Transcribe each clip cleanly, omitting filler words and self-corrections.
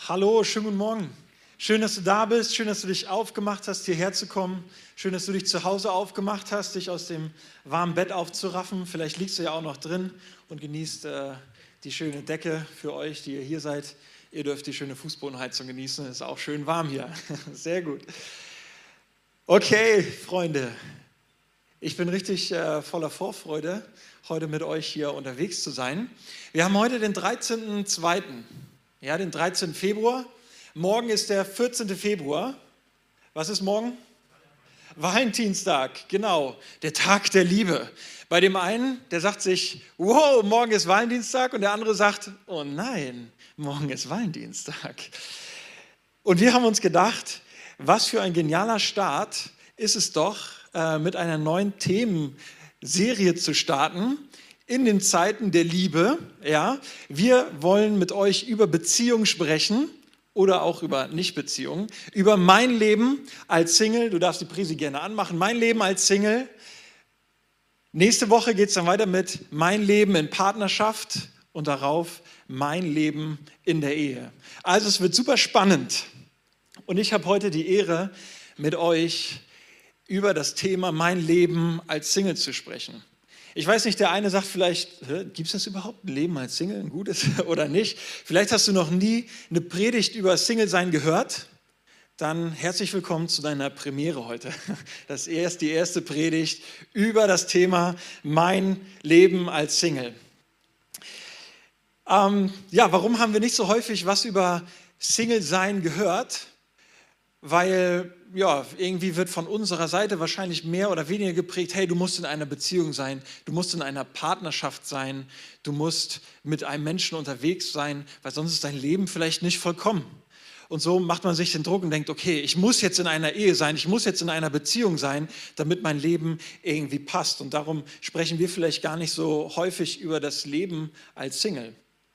Hallo, schönen guten Morgen. Schön, dass du da bist. Schön, dass du dich aufgemacht hast, hierher zu kommen. Schön, dass du dich zu Hause aufgemacht hast, dich aus dem warmen Bett aufzuraffen. Vielleicht liegst du ja auch noch drin und genießt die schöne Decke für euch, die ihr hier seid. Ihr dürft die schöne Fußbodenheizung genießen. Es ist auch schön warm hier. Sehr gut. Okay, Freunde. Ich bin richtig voller Vorfreude, heute mit euch hier unterwegs zu sein. Wir haben heute den 13.02., ja, den 13. Februar. Morgen ist der 14. Februar. Was ist morgen? Valentinstag, genau, der Tag der Liebe. Bei dem einen, der sagt sich, wow, morgen ist Valentinstag, und der andere sagt, oh nein, morgen ist Valentinstag. Und wir haben uns gedacht, was für ein genialer Start ist es doch, mit einer neuen Themenserie zu starten in den Zeiten der Liebe. Ja, wir wollen mit euch über Beziehungen sprechen oder auch über Nichtbeziehungen, über mein Leben als Single. Du darfst die Präsi gerne anmachen. Mein Leben als Single. Nächste Woche geht es dann weiter mit mein Leben in Partnerschaft und darauf mein Leben in der Ehe. Also es wird super spannend. Und ich habe heute die Ehre, mit euch über das Thema mein Leben als Single zu sprechen. Ich weiß nicht, der eine sagt vielleicht, gibt es das überhaupt, ein Leben als Single, ein gutes oder nicht? Vielleicht hast du noch nie eine Predigt über Single-Sein gehört. Dann herzlich willkommen zu deiner Premiere heute. Das ist die erste Predigt über das Thema mein Leben als Single. Warum haben wir nicht so häufig was über Single-Sein gehört? Weil irgendwie wird von unserer Seite wahrscheinlich mehr oder weniger geprägt, hey, du musst in einer Beziehung sein, du musst in einer Partnerschaft sein, du musst mit einem Menschen unterwegs sein, weil sonst ist dein Leben vielleicht nicht vollkommen. Und so macht man sich den Druck und denkt, okay, ich muss jetzt in einer Ehe sein, ich muss jetzt in einer Beziehung sein, damit mein Leben irgendwie passt. Und darum sprechen wir vielleicht gar nicht so häufig über das Leben als Single.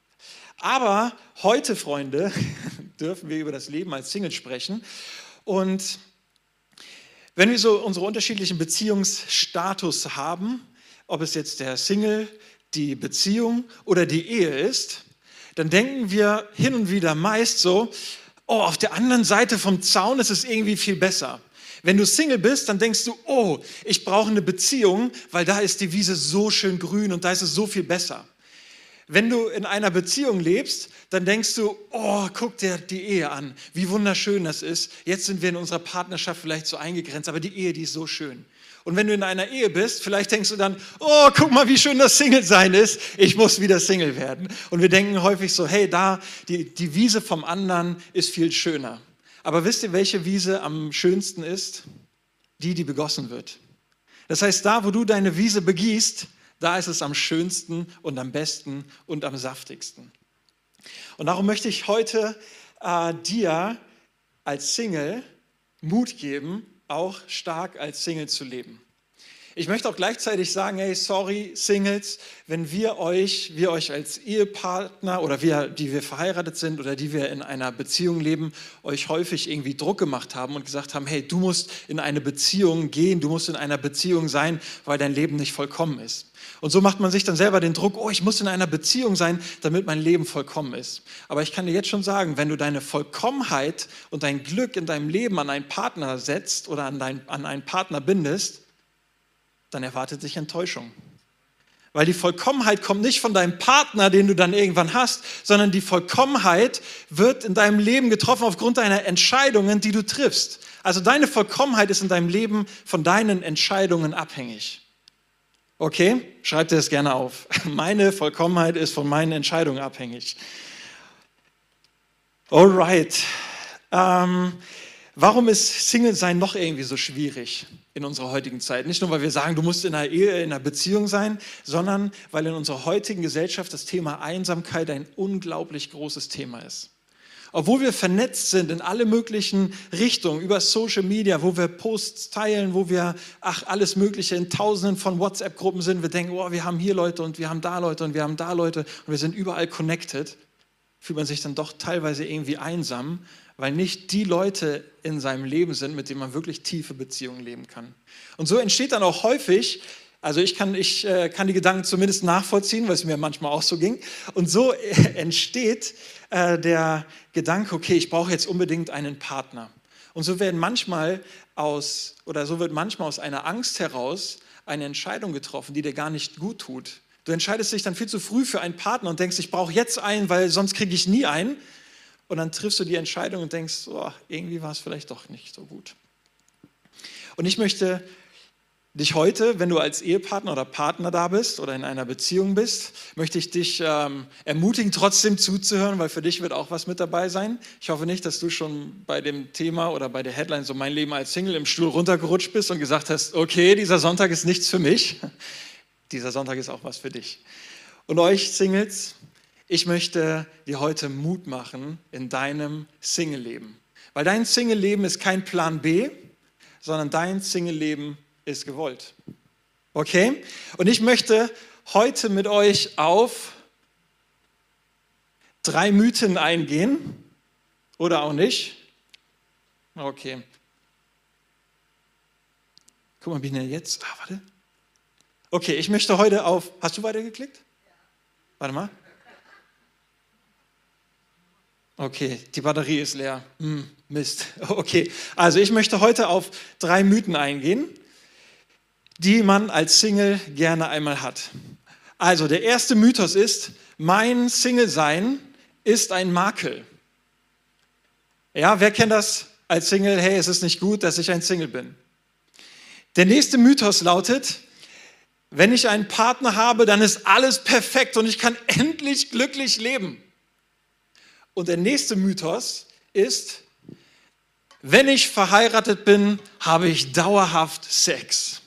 Aber heute, Freunde, dürfen wir über das Leben als Single sprechen. Und wenn wir so unsere unterschiedlichen Beziehungsstatus haben, ob es jetzt der Single, die Beziehung oder die Ehe ist, dann denken wir hin und wieder meist so, oh, auf der anderen Seite vom Zaun ist es irgendwie viel besser. Wenn du Single bist, dann denkst du, oh, ich brauche eine Beziehung, weil da ist die Wiese so schön grün und da ist es so viel besser. Wenn du in einer Beziehung lebst, dann denkst du, oh, guck dir die Ehe an, wie wunderschön das ist. Jetzt sind wir in unserer Partnerschaft vielleicht so eingegrenzt, aber die Ehe, die ist so schön. Und wenn du in einer Ehe bist, vielleicht denkst du dann, oh, guck mal, wie schön das Single-Sein ist, ich muss wieder Single werden. Und wir denken häufig so, hey, da, die Wiese vom anderen ist viel schöner. Aber wisst ihr, welche Wiese am schönsten ist? Die begossen wird. Das heißt, da, wo du deine Wiese begießt, da ist es am schönsten und am besten und am saftigsten. Und darum möchte ich heute dir als Single Mut geben, auch stark als Single zu leben. Ich möchte auch gleichzeitig sagen, hey, sorry, Singles, wenn wir euch als Ehepartner oder die wir verheiratet sind oder die wir in einer Beziehung leben, euch häufig irgendwie Druck gemacht haben und gesagt haben, hey, du musst in eine Beziehung gehen, du musst in einer Beziehung sein, weil dein Leben nicht vollkommen ist. Und so macht man sich dann selber den Druck, oh, ich muss in einer Beziehung sein, damit mein Leben vollkommen ist. Aber ich kann dir jetzt schon sagen, wenn du deine Vollkommenheit und dein Glück in deinem Leben an einen Partner setzt oder an einen Partner bindest, dann erwartet sich Enttäuschung. Weil die Vollkommenheit kommt nicht von deinem Partner, den du dann irgendwann hast, sondern die Vollkommenheit wird in deinem Leben getroffen aufgrund deiner Entscheidungen, die du triffst. Also deine Vollkommenheit ist in deinem Leben von deinen Entscheidungen abhängig. Okay, schreib dir das gerne auf. Meine Vollkommenheit ist von meinen Entscheidungen abhängig. Alright. Warum ist Single-Sein noch irgendwie so schwierig in unserer heutigen Zeit? Nicht nur, weil wir sagen, du musst in einer Ehe, in einer Beziehung sein, sondern weil in unserer heutigen Gesellschaft das Thema Einsamkeit ein unglaublich großes Thema ist. Obwohl wir vernetzt sind in alle möglichen Richtungen, über Social Media, wo wir Posts teilen, wo wir alles Mögliche in Tausenden von WhatsApp-Gruppen sind, wir denken, oh, wir haben hier Leute und wir haben da Leute und wir haben da Leute und wir sind überall connected, fühlt man sich dann doch teilweise irgendwie einsam, weil nicht die Leute in seinem Leben sind, mit denen man wirklich tiefe Beziehungen leben kann. Und so entsteht dann auch häufig Also ich kann die Gedanken zumindest nachvollziehen, weil es mir manchmal auch so ging. Und so entsteht der Gedanke, okay, ich brauche jetzt unbedingt einen Partner. Und so wird manchmal aus einer Angst heraus eine Entscheidung getroffen, die dir gar nicht gut tut. Du entscheidest dich dann viel zu früh für einen Partner und denkst, ich brauche jetzt einen, weil sonst kriege ich nie einen. Und dann triffst du die Entscheidung und denkst, oh, irgendwie war es vielleicht doch nicht so gut. Und ich möchte dich heute, wenn du als Ehepartner oder Partner da bist oder in einer Beziehung bist, möchte ich dich ermutigen, trotzdem zuzuhören, weil für dich wird auch was mit dabei sein. Ich hoffe nicht, dass du schon bei dem Thema oder bei der Headline so mein Leben als Single im Stuhl runtergerutscht bist und gesagt hast, okay, dieser Sonntag ist nichts für mich. Dieser Sonntag ist auch was für dich. Und euch Singles, ich möchte dir heute Mut machen in deinem Single-Leben. Weil dein Single-Leben ist kein Plan B, sondern dein Single-Leben ist gewollt. Okay? Und ich möchte heute mit euch auf 3 Mythen eingehen. Oder auch nicht. Okay. Guck mal, bin ich jetzt? Warte. Okay, ich möchte heute auf... Hast du weitergeklickt? Ja. Warte mal. Okay, die Batterie ist leer. Mist. Okay, also ich möchte heute auf 3 Mythen eingehen, die man als Single gerne einmal hat. Also der erste Mythos ist, mein Single-Sein ist ein Makel. Ja, wer kennt das als Single? Hey, es ist nicht gut, dass ich ein Single bin. Der nächste Mythos lautet, wenn ich einen Partner habe, dann ist alles perfekt und ich kann endlich glücklich leben. Und der nächste Mythos ist, wenn ich verheiratet bin, habe ich dauerhaft Sex.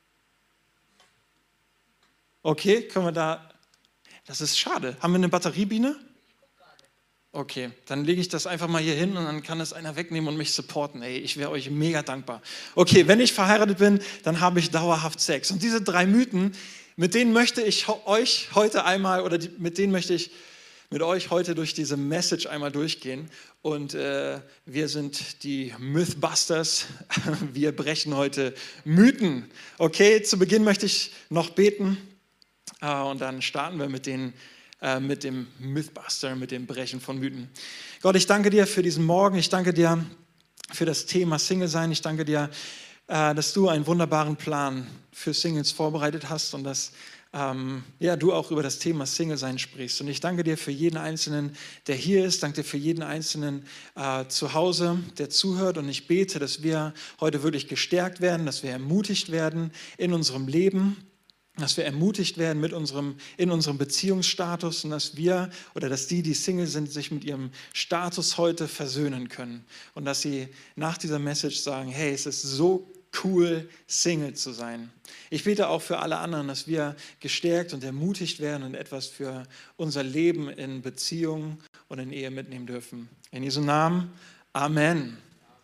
Okay, können wir da, das ist schade. Haben wir eine Batteriebiene? Okay, dann lege ich das einfach mal hier hin und dann kann es einer wegnehmen und mich supporten. Ey, ich wäre euch mega dankbar. Okay, wenn ich verheiratet bin, dann habe ich dauerhaft Sex. Und diese 3 Mythen, mit denen möchte ich euch heute einmal, mit denen möchte ich mit euch heute durch diese Message einmal durchgehen. Und wir sind die Mythbusters. Wir brechen heute Mythen. Okay, zu Beginn möchte ich noch beten. Und dann starten wir mit dem Mythbuster, mit dem Brechen von Mythen. Gott, ich danke dir für diesen Morgen. Ich danke dir für das Thema Single sein. Ich danke dir, dass du einen wunderbaren Plan für Singles vorbereitet hast und dass du auch über das Thema Single sein sprichst. Und ich danke dir für jeden Einzelnen, der hier ist. Danke dir für jeden Einzelnen zu Hause, der zuhört. Und ich bete, dass wir heute wirklich gestärkt werden, dass wir ermutigt werden in unserem Leben, dass wir ermutigt werden in unserem Beziehungsstatus und dass die Single sind, sich mit ihrem Status heute versöhnen können und dass sie nach dieser Message sagen, hey, es ist so cool, Single zu sein. Ich bete auch für alle anderen, dass wir gestärkt und ermutigt werden und etwas für unser Leben in Beziehung und in Ehe mitnehmen dürfen. In Jesu Namen, Amen.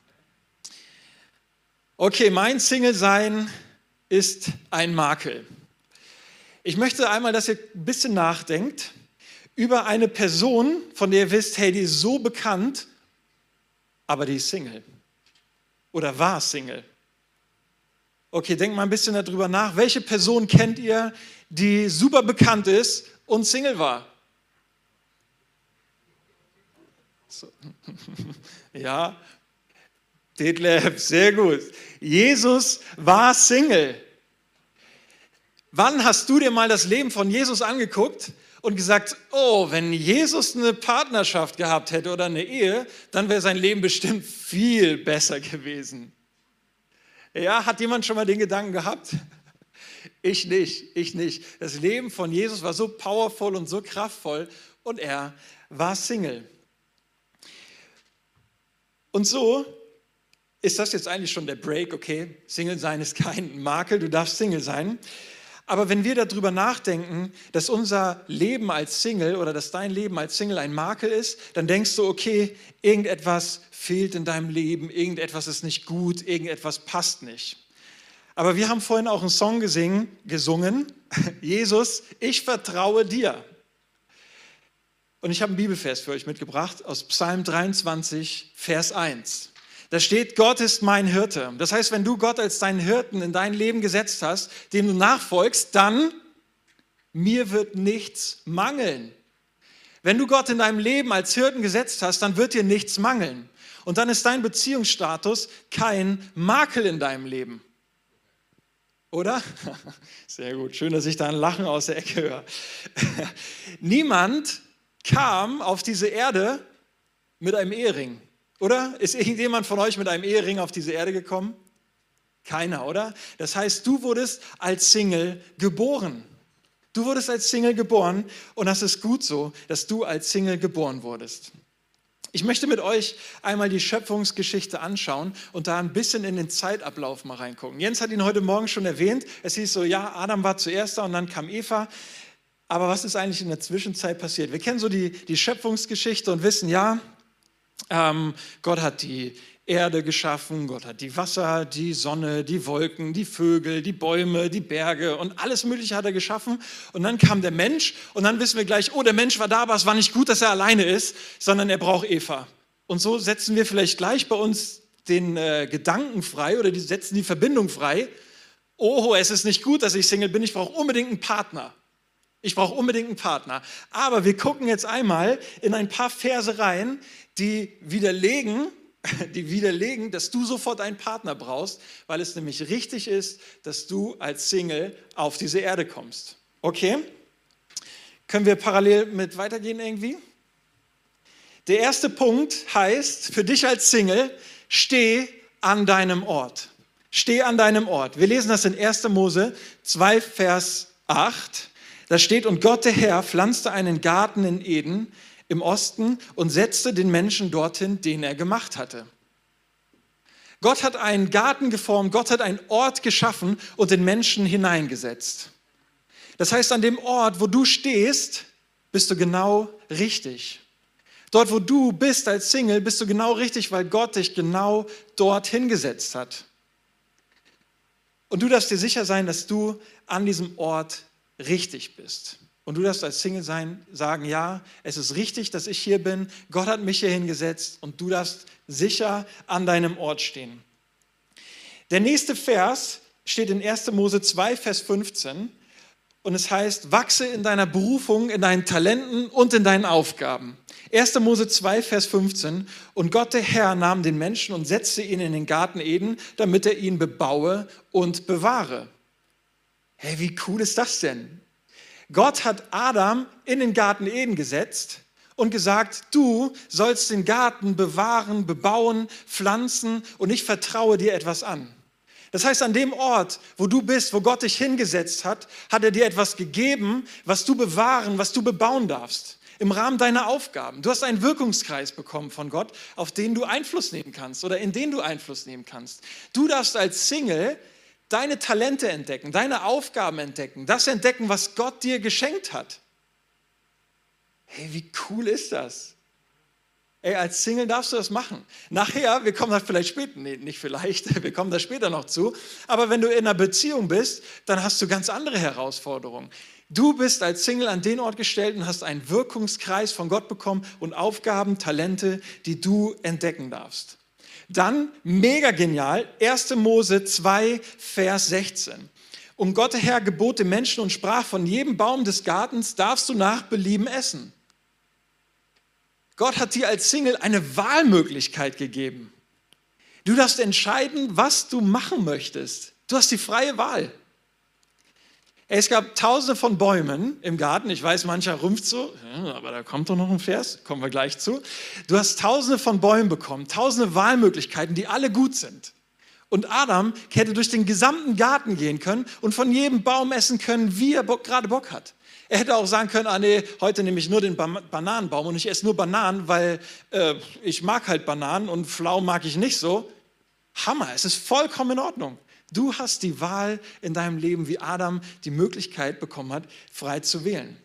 Okay, mein Single-Sein ist ein Makel. Ich möchte einmal, dass ihr ein bisschen nachdenkt über eine Person, von der ihr wisst, hey, die ist so bekannt, aber die ist Single oder war Single. Okay, denkt mal ein bisschen darüber nach. Welche Person kennt ihr, die super bekannt ist und Single war? So. Ja, Detlef, sehr gut. Jesus war Single. Wann hast du dir mal das Leben von Jesus angeguckt und gesagt, oh, wenn Jesus eine Partnerschaft gehabt hätte oder eine Ehe, dann wäre sein Leben bestimmt viel besser gewesen. Ja, hat jemand schon mal den Gedanken gehabt? Ich nicht. Das Leben von Jesus war so powerful und so kraftvoll und er war Single. Und so ist das jetzt eigentlich schon der Break, okay? Single sein ist kein Makel, du darfst Single sein. Aber wenn wir darüber nachdenken, dass unser Leben als Single oder dass dein Leben als Single ein Makel ist, dann denkst du, okay, irgendetwas fehlt in deinem Leben, irgendetwas ist nicht gut, irgendetwas passt nicht. Aber wir haben vorhin auch einen Song gesungen, Jesus, ich vertraue dir. Und ich habe einen Bibelvers für euch mitgebracht aus Psalm 23, Vers 1. Da steht, Gott ist mein Hirte. Das heißt, wenn du Gott als deinen Hirten in dein Leben gesetzt hast, dem du nachfolgst, dann mir wird nichts mangeln. Wenn du Gott in deinem Leben als Hirten gesetzt hast, dann wird dir nichts mangeln. Und dann ist dein Beziehungsstatus kein Makel in deinem Leben. Oder? Sehr gut, schön, dass ich da ein Lachen aus der Ecke höre. Niemand kam auf diese Erde mit einem Ehering, oder? Ist irgendjemand von euch mit einem Ehering auf diese Erde gekommen? Keiner, oder? Das heißt, du wurdest als Single geboren. Du wurdest als Single geboren und das ist gut so, dass du als Single geboren wurdest. Ich möchte mit euch einmal die Schöpfungsgeschichte anschauen und da ein bisschen in den Zeitablauf mal reingucken. Jens hat ihn heute Morgen schon erwähnt. Es hieß so, ja, Adam war zuerst da und dann kam Eva. Aber was ist eigentlich in der Zwischenzeit passiert? Wir kennen so die Schöpfungsgeschichte und wissen, ja, Gott hat die Erde geschaffen, Gott hat die Wasser, die Sonne, die Wolken, die Vögel, die Bäume, die Berge und alles Mögliche hat er geschaffen. Und dann kam der Mensch und dann wissen wir gleich, oh, der Mensch war da, aber es war nicht gut, dass er alleine ist, sondern er braucht Eva. Und so setzen wir vielleicht gleich bei uns den Gedanken frei oder setzen die Verbindung frei. Oh, es ist nicht gut, dass ich Single bin, ich brauche unbedingt einen Partner. Ich brauche unbedingt einen Partner. Aber wir gucken jetzt einmal in ein paar Verse rein, die widerlegen, dass du sofort einen Partner brauchst, weil es nämlich richtig ist, dass du als Single auf diese Erde kommst. Okay? Können wir parallel mit weitergehen irgendwie? Der erste Punkt heißt, für dich als Single, steh an deinem Ort. Steh an deinem Ort. Wir lesen das in 1. Mose 2, Vers 8. Da steht, und Gott der Herr pflanzte einen Garten in Eden im Osten und setzte den Menschen dorthin, den er gemacht hatte. Gott hat einen Garten geformt, Gott hat einen Ort geschaffen und den Menschen hineingesetzt. Das heißt, an dem Ort, wo du stehst, bist du genau richtig. Dort, wo du bist als Single, bist du genau richtig, weil Gott dich genau dort hingesetzt hat. Und du darfst dir sicher sein, dass du an diesem Ort richtig bist. Und du darfst als Single sagen, ja, es ist richtig, dass ich hier bin. Gott hat mich hier hingesetzt und du darfst sicher an deinem Ort stehen. Der nächste Vers steht in 1. Mose 2, Vers 15 und es heißt, wachse in deiner Berufung, in deinen Talenten und in deinen Aufgaben. 1. Mose 2, Vers 15, und Gott der Herr nahm den Menschen und setzte ihn in den Garten Eden, damit er ihn bebaue und bewahre. Hey, wie cool ist das denn? Gott hat Adam in den Garten Eden gesetzt und gesagt, du sollst den Garten bewahren, bebauen, pflanzen und ich vertraue dir etwas an. Das heißt, an dem Ort, wo du bist, wo Gott dich hingesetzt hat, hat er dir etwas gegeben, was du bewahren, was du bebauen darfst. Im Rahmen deiner Aufgaben. Du hast einen Wirkungskreis bekommen von Gott, auf den du Einfluss nehmen kannst oder in den du Einfluss nehmen kannst. Du darfst als Single deine Talente entdecken, deine Aufgaben entdecken, das entdecken, was Gott dir geschenkt hat. Hey, wie cool ist das? Ey, als Single darfst du das machen. Nachher, wir kommen da vielleicht später, nee, nicht vielleicht, wir kommen da später noch zu, aber wenn du in einer Beziehung bist, dann hast du ganz andere Herausforderungen. Du bist als Single an den Ort gestellt und hast einen Wirkungskreis von Gott bekommen und Aufgaben, Talente, die du entdecken darfst. Dann, mega genial, 1. Mose 2, Vers 16. Und Gott der Herr gebot dem Menschen und sprach, von jedem Baum des Gartens darfst du nach Belieben essen. Gott hat dir als Single eine Wahlmöglichkeit gegeben. Du darfst entscheiden, was du machen möchtest. Du hast die freie Wahl. Es gab tausende von Bäumen im Garten. Ich weiß, mancher rümpft so, ja, aber da kommt doch noch ein Vers, kommen wir gleich zu. Du hast tausende von Bäumen bekommen, tausende Wahlmöglichkeiten, die alle gut sind. Und Adam hätte durch den gesamten Garten gehen können und von jedem Baum essen können, wie er gerade Bock hat. Er hätte auch sagen können, nee, heute nehme ich nur den Bananenbaum und ich esse nur Bananen, weil ich mag halt Bananen und Pflaumen mag ich nicht so. Hammer, es ist vollkommen in Ordnung. Du hast die Wahl in deinem Leben, wie Adam die Möglichkeit bekommen hat, frei zu wählen.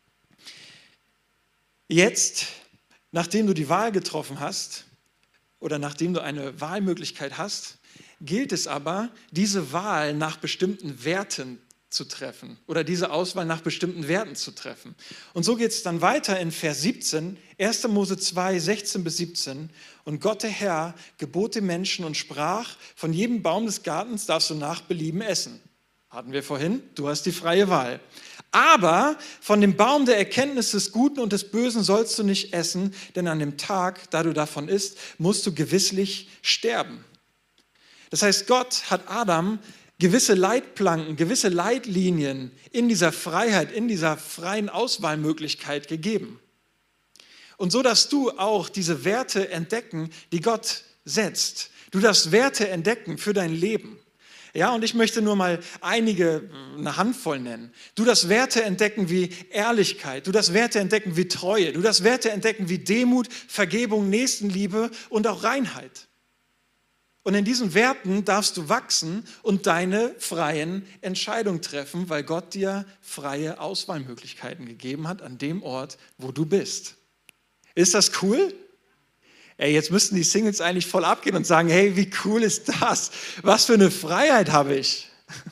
Jetzt, nachdem du die Wahl getroffen hast oder nachdem du eine Wahlmöglichkeit hast, gilt es aber, diese Wahl nach bestimmten Werten zu treffen oder diese Auswahl nach bestimmten Werten zu treffen. Und so geht es dann weiter in Vers 17, 1. Mose 2, 16 bis 17. Und Gott, der Herr, gebot dem Menschen und sprach, von jedem Baum des Gartens darfst du nach Belieben essen. Hatten wir vorhin, du hast die freie Wahl. Aber von dem Baum der Erkenntnis des Guten und des Bösen sollst du nicht essen, denn an dem Tag, da du davon isst, musst du gewisslich sterben. Das heißt, Gott hat Adam gewisse Leitplanken, gewisse Leitlinien in dieser Freiheit, in dieser freien Auswahlmöglichkeit gegeben. Und so darfst du auch diese Werte entdecken, die Gott setzt. Du darfst Werte entdecken für dein Leben. Ja, und ich möchte nur mal eine Handvoll nennen. Du darfst Werte entdecken wie Ehrlichkeit, du darfst Werte entdecken wie Treue, du darfst Werte entdecken wie Demut, Vergebung, Nächstenliebe und auch Reinheit. Und in diesen Werten darfst du wachsen und deine freien Entscheidungen treffen, weil Gott dir freie Auswahlmöglichkeiten gegeben hat an dem Ort, wo du bist. Ist das cool? Ey, jetzt müssten die Singles eigentlich voll abgehen und sagen, hey, wie cool ist das? Was für eine Freiheit habe ich?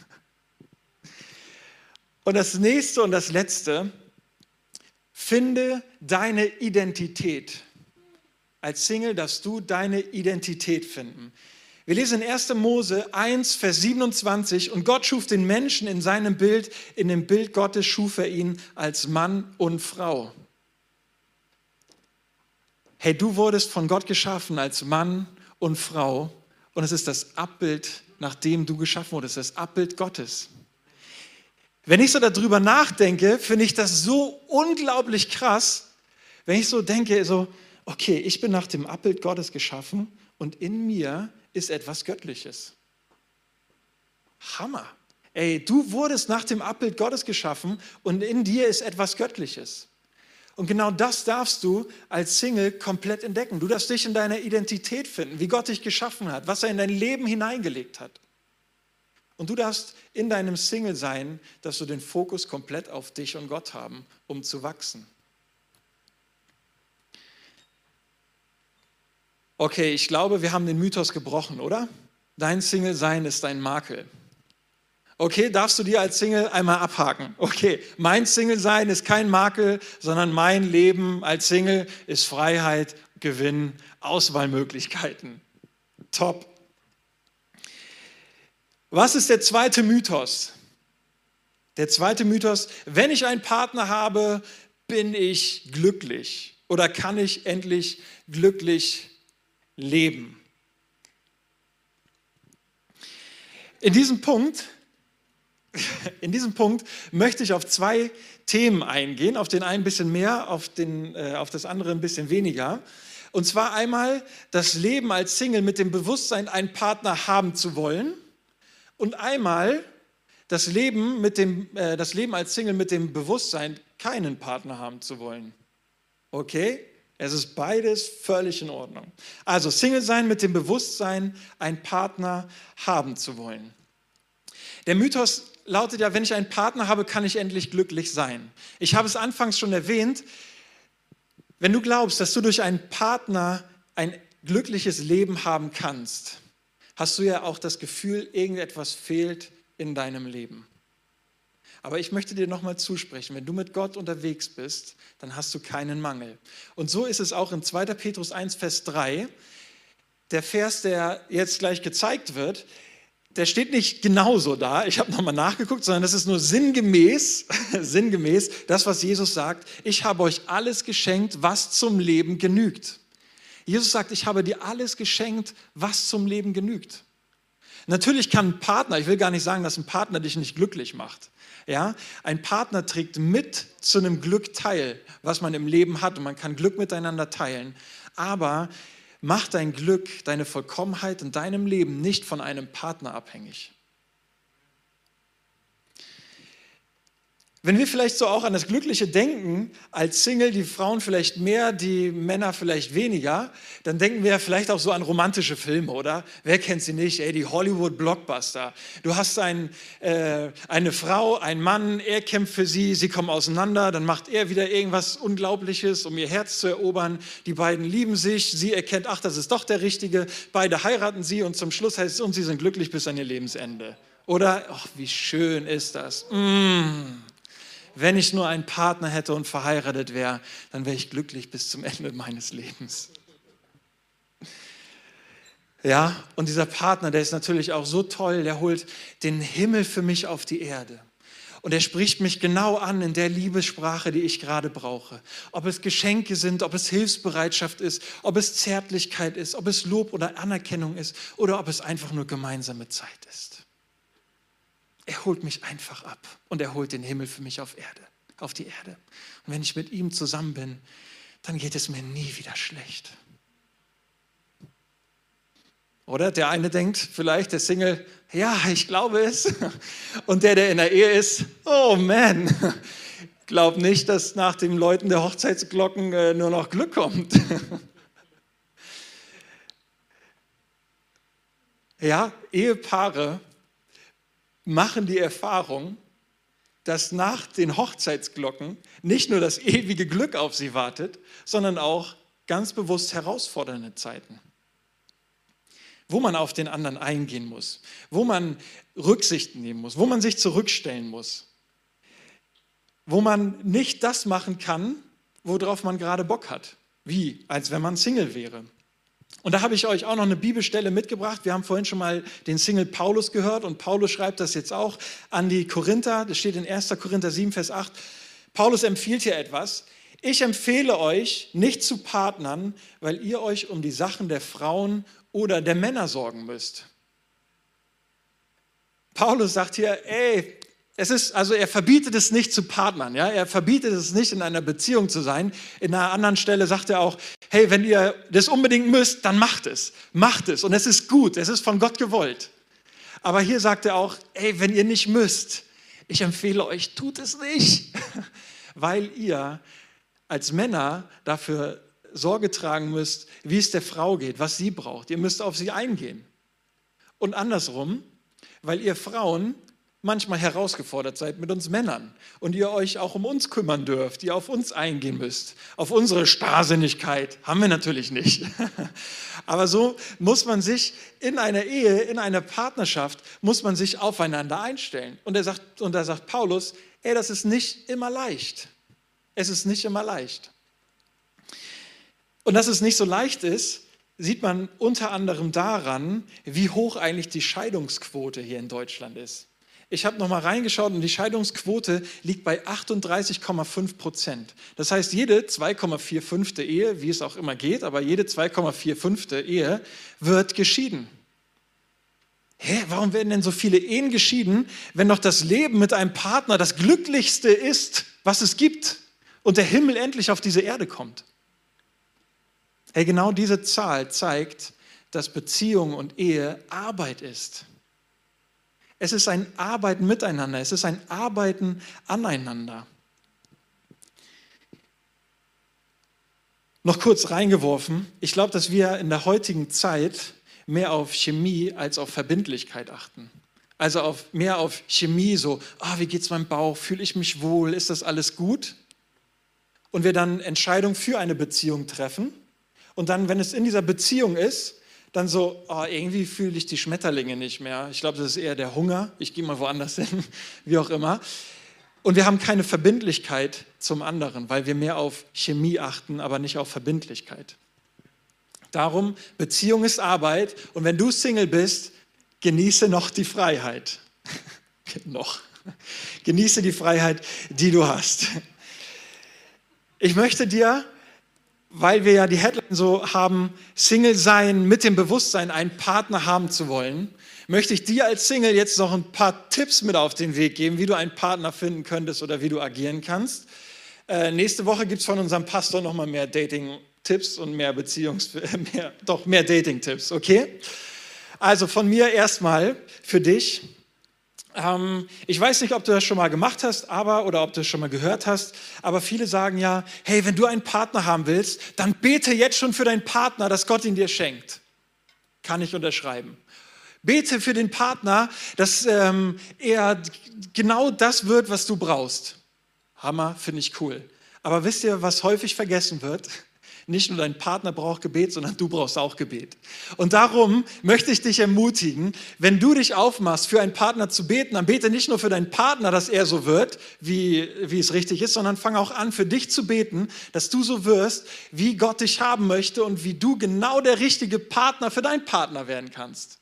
Und das nächste und das letzte, finde deine Identität. Als Single darfst du deine Identität finden. Wir lesen in 1. Mose 1, Vers 27, und Gott schuf den Menschen in seinem Bild, in dem Bild Gottes schuf er ihn als Mann und Frau. Hey, du wurdest von Gott geschaffen als Mann und Frau und es ist das Abbild, nach dem du geschaffen wurdest, das Abbild Gottes. Wenn ich so darüber nachdenke, finde ich das so unglaublich krass, wenn ich so denke, so, okay, ich bin nach dem Abbild Gottes geschaffen und in mir ist etwas Göttliches. Hammer. Ey, du wurdest nach dem Abbild Gottes geschaffen und in dir ist etwas Göttliches. Und genau das darfst du als Single komplett entdecken. Du darfst dich in deiner Identität finden, wie Gott dich geschaffen hat, was er in dein Leben hineingelegt hat. Und du darfst in deinem Single-Sein, dass du den Fokus komplett auf dich und Gott haben, um zu wachsen. Okay, ich glaube, wir haben den Mythos gebrochen, oder? Dein Single-Sein ist dein Makel. Okay, darfst du dir als Single einmal abhaken. Okay, mein Single-Sein ist kein Makel, sondern mein Leben als Single ist Freiheit, Gewinn, Auswahlmöglichkeiten. Top. Was ist der zweite Mythos? Der zweite Mythos, wenn ich einen Partner habe, bin ich glücklich oder kann ich endlich glücklich leben? In diesem Punkt möchte ich auf zwei Themen eingehen, auf den einen ein bisschen mehr, auf das andere ein bisschen weniger. Und zwar einmal das Leben als Single mit dem Bewusstsein, einen Partner haben zu wollen und einmal das Leben als Single mit dem Bewusstsein, keinen Partner haben zu wollen. Okay? Es ist beides völlig in Ordnung. Also Single sein mit dem Bewusstsein, einen Partner haben zu wollen. Der Mythos lautet ja, wenn ich einen Partner habe, kann ich endlich glücklich sein. Ich habe es anfangs schon erwähnt, wenn du glaubst, dass du durch einen Partner ein glückliches Leben haben kannst, hast du ja auch das Gefühl, irgendetwas fehlt in deinem Leben. Aber ich möchte dir nochmal zusprechen, wenn du mit Gott unterwegs bist, dann hast du keinen Mangel. Und so ist es auch in 2. Petrus 1, Vers 3, der Vers, der jetzt gleich gezeigt wird, der steht nicht genauso da, ich habe nochmal nachgeguckt, sondern das ist nur sinngemäß das, was Jesus sagt. Ich habe euch alles geschenkt, was zum Leben genügt. Jesus sagt, ich habe dir alles geschenkt, was zum Leben genügt. Natürlich kann ein Partner, ich will gar nicht sagen, dass ein Partner dich nicht glücklich macht. Ja? Ein Partner trägt mit zu einem Glück teil, was man im Leben hat und man kann Glück miteinander teilen. Aber mach dein Glück, deine Vollkommenheit in deinem Leben nicht von einem Partner abhängig. Wenn wir vielleicht so auch an das Glückliche denken, als Single, die Frauen vielleicht mehr, die Männer vielleicht weniger, dann denken wir vielleicht auch so an romantische Filme, oder? Wer kennt sie nicht? Ey, die Hollywood-Blockbuster. Du hast eine Frau, einen Mann, er kämpft für sie, sie kommen auseinander, dann macht er wieder irgendwas Unglaubliches, um ihr Herz zu erobern. Die beiden lieben sich, sie erkennt, ach, das ist doch der Richtige. Beide heiraten sie und zum Schluss heißt es, und sie sind glücklich bis an ihr Lebensende. Oder, ach, wie schön ist das. Wenn ich nur einen Partner hätte und verheiratet wäre, dann wäre ich glücklich bis zum Ende meines Lebens. Ja, und dieser Partner, der ist natürlich auch so toll, der holt den Himmel für mich auf die Erde. Und er spricht mich genau an in der Liebessprache, die ich gerade brauche. Ob es Geschenke sind, ob es Hilfsbereitschaft ist, ob es Zärtlichkeit ist, ob es Lob oder Anerkennung ist oder ob es einfach nur gemeinsame Zeit ist. Er holt mich einfach ab und er holt den Himmel für mich auf die Erde. Und wenn ich mit ihm zusammen bin, dann geht es mir nie wieder schlecht. Oder der eine denkt vielleicht, der Single, ja, ich glaube es. Und der in der Ehe ist, oh man, glaub nicht, dass nach dem Läuten der Hochzeitsglocken nur noch Glück kommt. Ja, Ehepaare machen die Erfahrung, dass nach den Hochzeitsglocken nicht nur das ewige Glück auf sie wartet, sondern auch ganz bewusst herausfordernde Zeiten, wo man auf den anderen eingehen muss, wo man Rücksicht nehmen muss, wo man sich zurückstellen muss, wo man nicht das machen kann, worauf man gerade Bock hat, wie als wenn man Single wäre. Und da habe ich euch auch noch eine Bibelstelle mitgebracht. Wir haben vorhin schon mal den Single Paulus gehört und Paulus schreibt das jetzt auch an die Korinther. Das steht in 1. Korinther 7, Vers 8. Paulus empfiehlt hier etwas. Ich empfehle euch, nicht zu partnern, weil ihr euch um die Sachen der Frauen oder der Männer sorgen müsst. Paulus sagt hier, er verbietet es nicht zu partnern, ja? Er verbietet es nicht, in einer Beziehung zu sein. In einer anderen Stelle sagt er auch, hey, wenn ihr das unbedingt müsst, dann macht es und es ist gut, es ist von Gott gewollt. Aber hier sagt er auch, wenn ihr nicht müsst, ich empfehle euch, tut es nicht, weil ihr als Männer dafür Sorge tragen müsst, wie es der Frau geht, was sie braucht. Ihr müsst auf sie eingehen. Und andersrum, weil ihr Frauen manchmal herausgefordert seid mit uns Männern und ihr euch auch um uns kümmern dürft, ihr auf uns eingehen müsst. Auf unsere Starrsinnigkeit haben wir natürlich nicht. Aber so muss man sich in einer Ehe, in einer Partnerschaft, muss man sich aufeinander einstellen. Und da sagt Paulus, das ist nicht immer leicht. Es ist nicht immer leicht. Und dass es nicht so leicht ist, sieht man unter anderem daran, wie hoch eigentlich die Scheidungsquote hier in Deutschland ist. Ich habe nochmal reingeschaut und die Scheidungsquote liegt bei 38,5%. Das heißt, jede 2,45. Ehe, wie es auch immer geht, aber jede 2,45. Ehe wird geschieden. Warum werden denn so viele Ehen geschieden, wenn doch das Leben mit einem Partner das Glücklichste ist, was es gibt und der Himmel endlich auf diese Erde kommt? Genau diese Zahl zeigt, dass Beziehung und Ehe Arbeit ist. Es ist ein Arbeiten miteinander, es ist ein Arbeiten aneinander. Noch kurz reingeworfen, ich glaube, dass wir in der heutigen Zeit mehr auf Chemie als auf Verbindlichkeit achten. Also mehr auf Chemie, so, wie geht's meinem Bauch, fühle ich mich wohl, ist das alles gut? Und wir dann Entscheidungen für eine Beziehung treffen. Und dann, wenn es in dieser Beziehung ist, dann so, irgendwie fühle ich die Schmetterlinge nicht mehr. Ich glaube, das ist eher der Hunger. Ich gehe mal woanders hin, wie auch immer. Und wir haben keine Verbindlichkeit zum anderen, weil wir mehr auf Chemie achten, aber nicht auf Verbindlichkeit. Darum, Beziehung ist Arbeit. Und wenn du Single bist, genieße noch die Freiheit. Genieße die Freiheit, die du hast. Ich möchte dir, weil wir ja die Headline so haben, Single sein mit dem Bewusstsein, einen Partner haben zu wollen, möchte ich dir als Single jetzt noch ein paar Tipps mit auf den Weg geben, wie du einen Partner finden könntest oder wie du agieren kannst. Nächste Woche gibt es von unserem Pastor nochmal mehr Dating-Tipps und mehr Dating-Tipps, okay? Also von mir erstmal für dich. Ich weiß nicht, ob du das schon mal gemacht hast, oder ob du das schon mal gehört hast, aber viele sagen ja, hey, wenn du einen Partner haben willst, dann bete jetzt schon für deinen Partner, dass Gott ihn dir schenkt. Kann ich unterschreiben. Bete für den Partner, dass er genau das wird, was du brauchst. Hammer, finde ich cool. Aber wisst ihr, was häufig vergessen wird? Nicht nur dein Partner braucht Gebet, sondern du brauchst auch Gebet. Und darum möchte ich dich ermutigen, wenn du dich aufmachst, für einen Partner zu beten, dann bete nicht nur für deinen Partner, dass er so wird, wie es richtig ist, sondern fang auch an, für dich zu beten, dass du so wirst, wie Gott dich haben möchte und wie du genau der richtige Partner für deinen Partner werden kannst.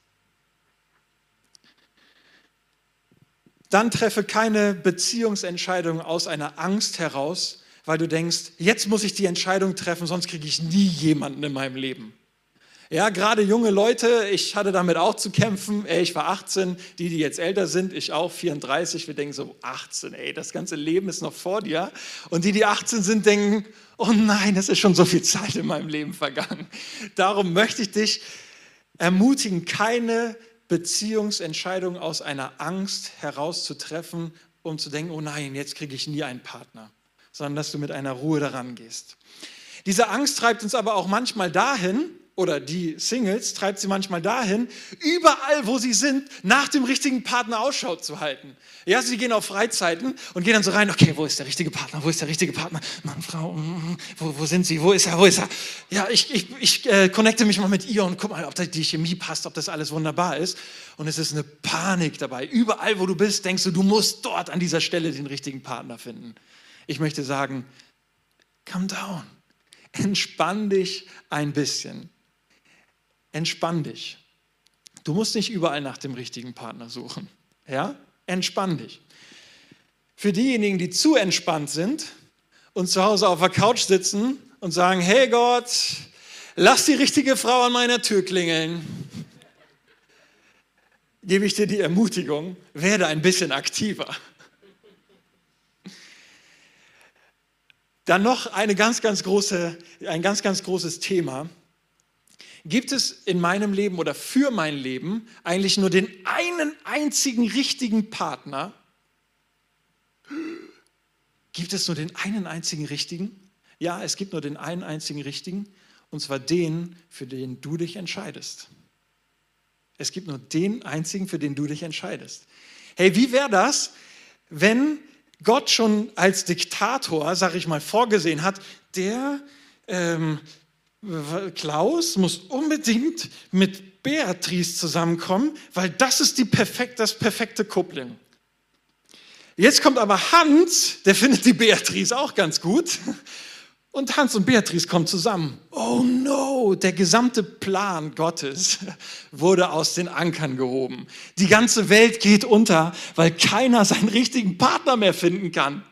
Dann treffe keine Beziehungsentscheidung aus einer Angst heraus, weil du denkst, jetzt muss ich die Entscheidung treffen, sonst kriege ich nie jemanden in meinem Leben. Ja, gerade junge Leute, ich hatte damit auch zu kämpfen. Ich war 18, die jetzt älter sind, ich auch, 34. Wir denken so, 18, das ganze Leben ist noch vor dir. Und die 18 sind, denken, oh nein, es ist schon so viel Zeit in meinem Leben vergangen. Darum möchte ich dich ermutigen, keine Beziehungsentscheidung aus einer Angst herauszutreffen, um zu denken, oh nein, jetzt kriege ich nie einen Partner, sondern dass du mit einer Ruhe daran gehst. Diese Angst treibt uns aber auch manchmal dahin, oder die Singles treibt sie manchmal dahin, überall, wo sie sind, nach dem richtigen Partner Ausschau zu halten. Ja, sie gehen auf Freizeiten und gehen dann so rein, okay, wo ist der richtige Partner, wo ist der richtige Partner? Mann, Frau, wo sind sie, wo ist er? Ja, ich connecte mich mal mit ihr und guck mal, ob die Chemie passt, ob das alles wunderbar ist. Und es ist eine Panik dabei. Überall, wo du bist, denkst du musst dort an dieser Stelle den richtigen Partner finden. Ich möchte sagen, calm down. Entspann dich ein bisschen. Entspann dich. Du musst nicht überall nach dem richtigen Partner suchen. Ja? Entspann dich. Für diejenigen, die zu entspannt sind und zu Hause auf der Couch sitzen und sagen, hey Gott, lass die richtige Frau an meiner Tür klingeln, gebe ich dir die Ermutigung, werde ein bisschen aktiver. Dann noch ein ganz, ganz großes Thema. Gibt es in meinem Leben oder für mein Leben eigentlich nur den einen einzigen richtigen Partner? Gibt es nur den einen einzigen richtigen? Ja, es gibt nur den einen einzigen richtigen, und zwar den, für den du dich entscheidest. Es gibt nur den einzigen, für den du dich entscheidest. Hey, wie wäre das, wenn Gott schon als Diktator, sag ich mal, vorgesehen hat, Klaus muss unbedingt mit Beatrice zusammenkommen, weil das ist das perfekte Coupling. Jetzt kommt aber Hans, der findet die Beatrice auch ganz gut. Und Hans und Beatrice kommen zusammen. Oh no, der gesamte Plan Gottes wurde aus den Ankern gehoben. Die ganze Welt geht unter, weil keiner seinen richtigen Partner mehr finden kann.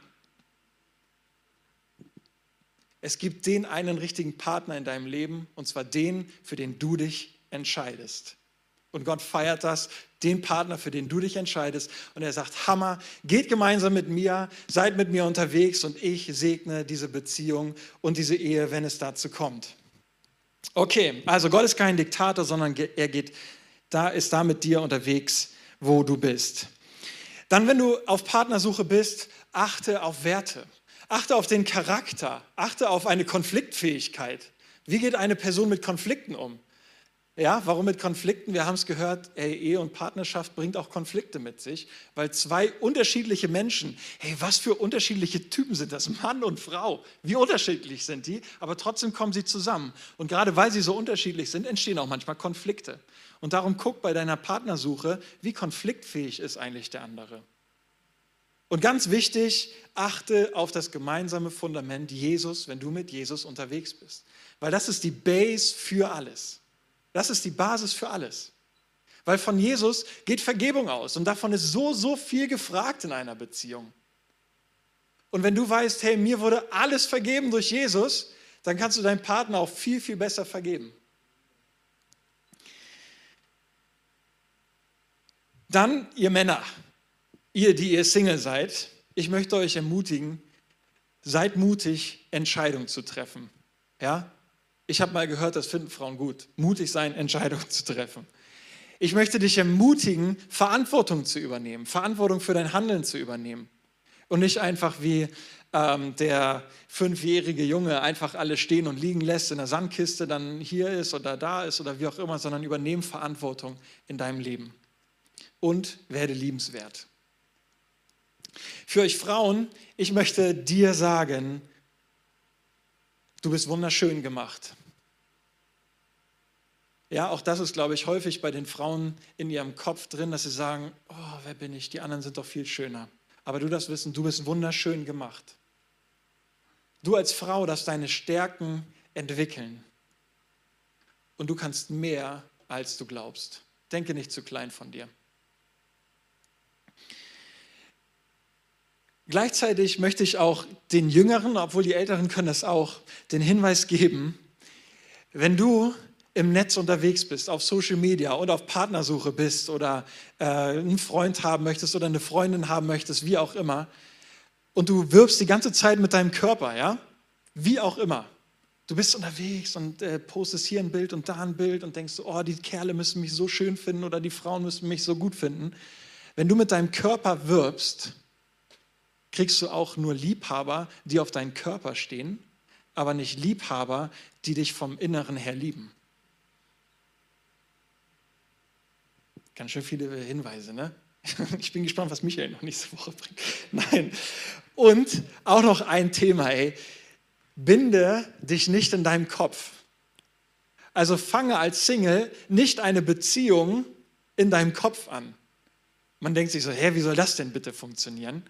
Es gibt den einen richtigen Partner in deinem Leben, und zwar den, für den du dich entscheidest. Und Gott feiert das, den Partner, für den du dich entscheidest. Und er sagt, Hammer, geht gemeinsam mit mir, seid mit mir unterwegs und ich segne diese Beziehung und diese Ehe, wenn es dazu kommt. Okay, also Gott ist kein Diktator, sondern er ist da mit dir unterwegs, wo du bist. Dann, wenn du auf Partnersuche bist, achte auf Werte. Achte auf den Charakter, achte auf eine Konfliktfähigkeit. Wie geht eine Person mit Konflikten um? Ja, warum mit Konflikten? Wir haben es gehört, Ehe und Partnerschaft bringt auch Konflikte mit sich, weil zwei unterschiedliche Menschen, was für unterschiedliche Typen sind das, Mann und Frau, wie unterschiedlich sind die, aber trotzdem kommen sie zusammen. Und gerade weil sie so unterschiedlich sind, entstehen auch manchmal Konflikte. Und darum guck bei deiner Partnersuche, wie konfliktfähig ist eigentlich der andere. Und ganz wichtig, achte auf das gemeinsame Fundament Jesus, wenn du mit Jesus unterwegs bist. Weil das ist die Base für alles. Das ist die Basis für alles. Weil von Jesus geht Vergebung aus und davon ist so viel gefragt in einer Beziehung. Und wenn du weißt, mir wurde alles vergeben durch Jesus, dann kannst du deinem Partner auch viel, viel besser vergeben. Dann, ihr Männer, die ihr Single seid, ich möchte euch ermutigen, seid mutig, Entscheidungen zu treffen. Ja? Ich habe mal gehört, das finden Frauen gut, mutig sein, Entscheidungen zu treffen. Ich möchte dich ermutigen, Verantwortung zu übernehmen, Verantwortung für dein Handeln zu übernehmen. Und nicht einfach wie der 5-jährige Junge einfach alles stehen und liegen lässt, in der Sandkiste dann hier ist oder da ist oder wie auch immer, sondern übernehm Verantwortung in deinem Leben. Und werde liebenswert. Für euch Frauen, ich möchte dir sagen, Du bist wunderschön gemacht. Ja, auch das ist, glaube ich, häufig bei den Frauen in ihrem Kopf drin, dass sie sagen, oh, wer bin ich? Die anderen sind doch viel schöner. Aber du darfst wissen, du bist wunderschön gemacht. Du als Frau darfst deine Stärken entwickeln. Und du kannst mehr, als du glaubst. Denke nicht zu klein von dir. Gleichzeitig möchte ich auch den Jüngeren, obwohl die Älteren können das auch, den Hinweis geben, wenn du im Netz unterwegs bist, auf Social Media oder auf Partnersuche bist oder einen Freund haben möchtest oder eine Freundin haben möchtest, wie auch immer, und du wirbst die ganze Zeit mit deinem Körper, ja, wie auch immer. Du bist unterwegs und postest hier ein Bild und da ein Bild und denkst, oh, die Kerle müssen mich so schön finden oder die Frauen müssen mich so gut finden. Wenn du mit deinem Körper wirbst, kriegst du auch nur Liebhaber, die auf deinen Körper stehen, aber nicht Liebhaber, die dich vom Inneren her lieben. Ganz schön viele Hinweise, ne? Ich bin gespannt, was Michael noch nächste Woche bringt. Nein. Und auch noch ein Thema, binde dich nicht in deinem Kopf. Also fange als Single nicht eine Beziehung in deinem Kopf an. Man denkt sich so, wie soll das denn bitte funktionieren?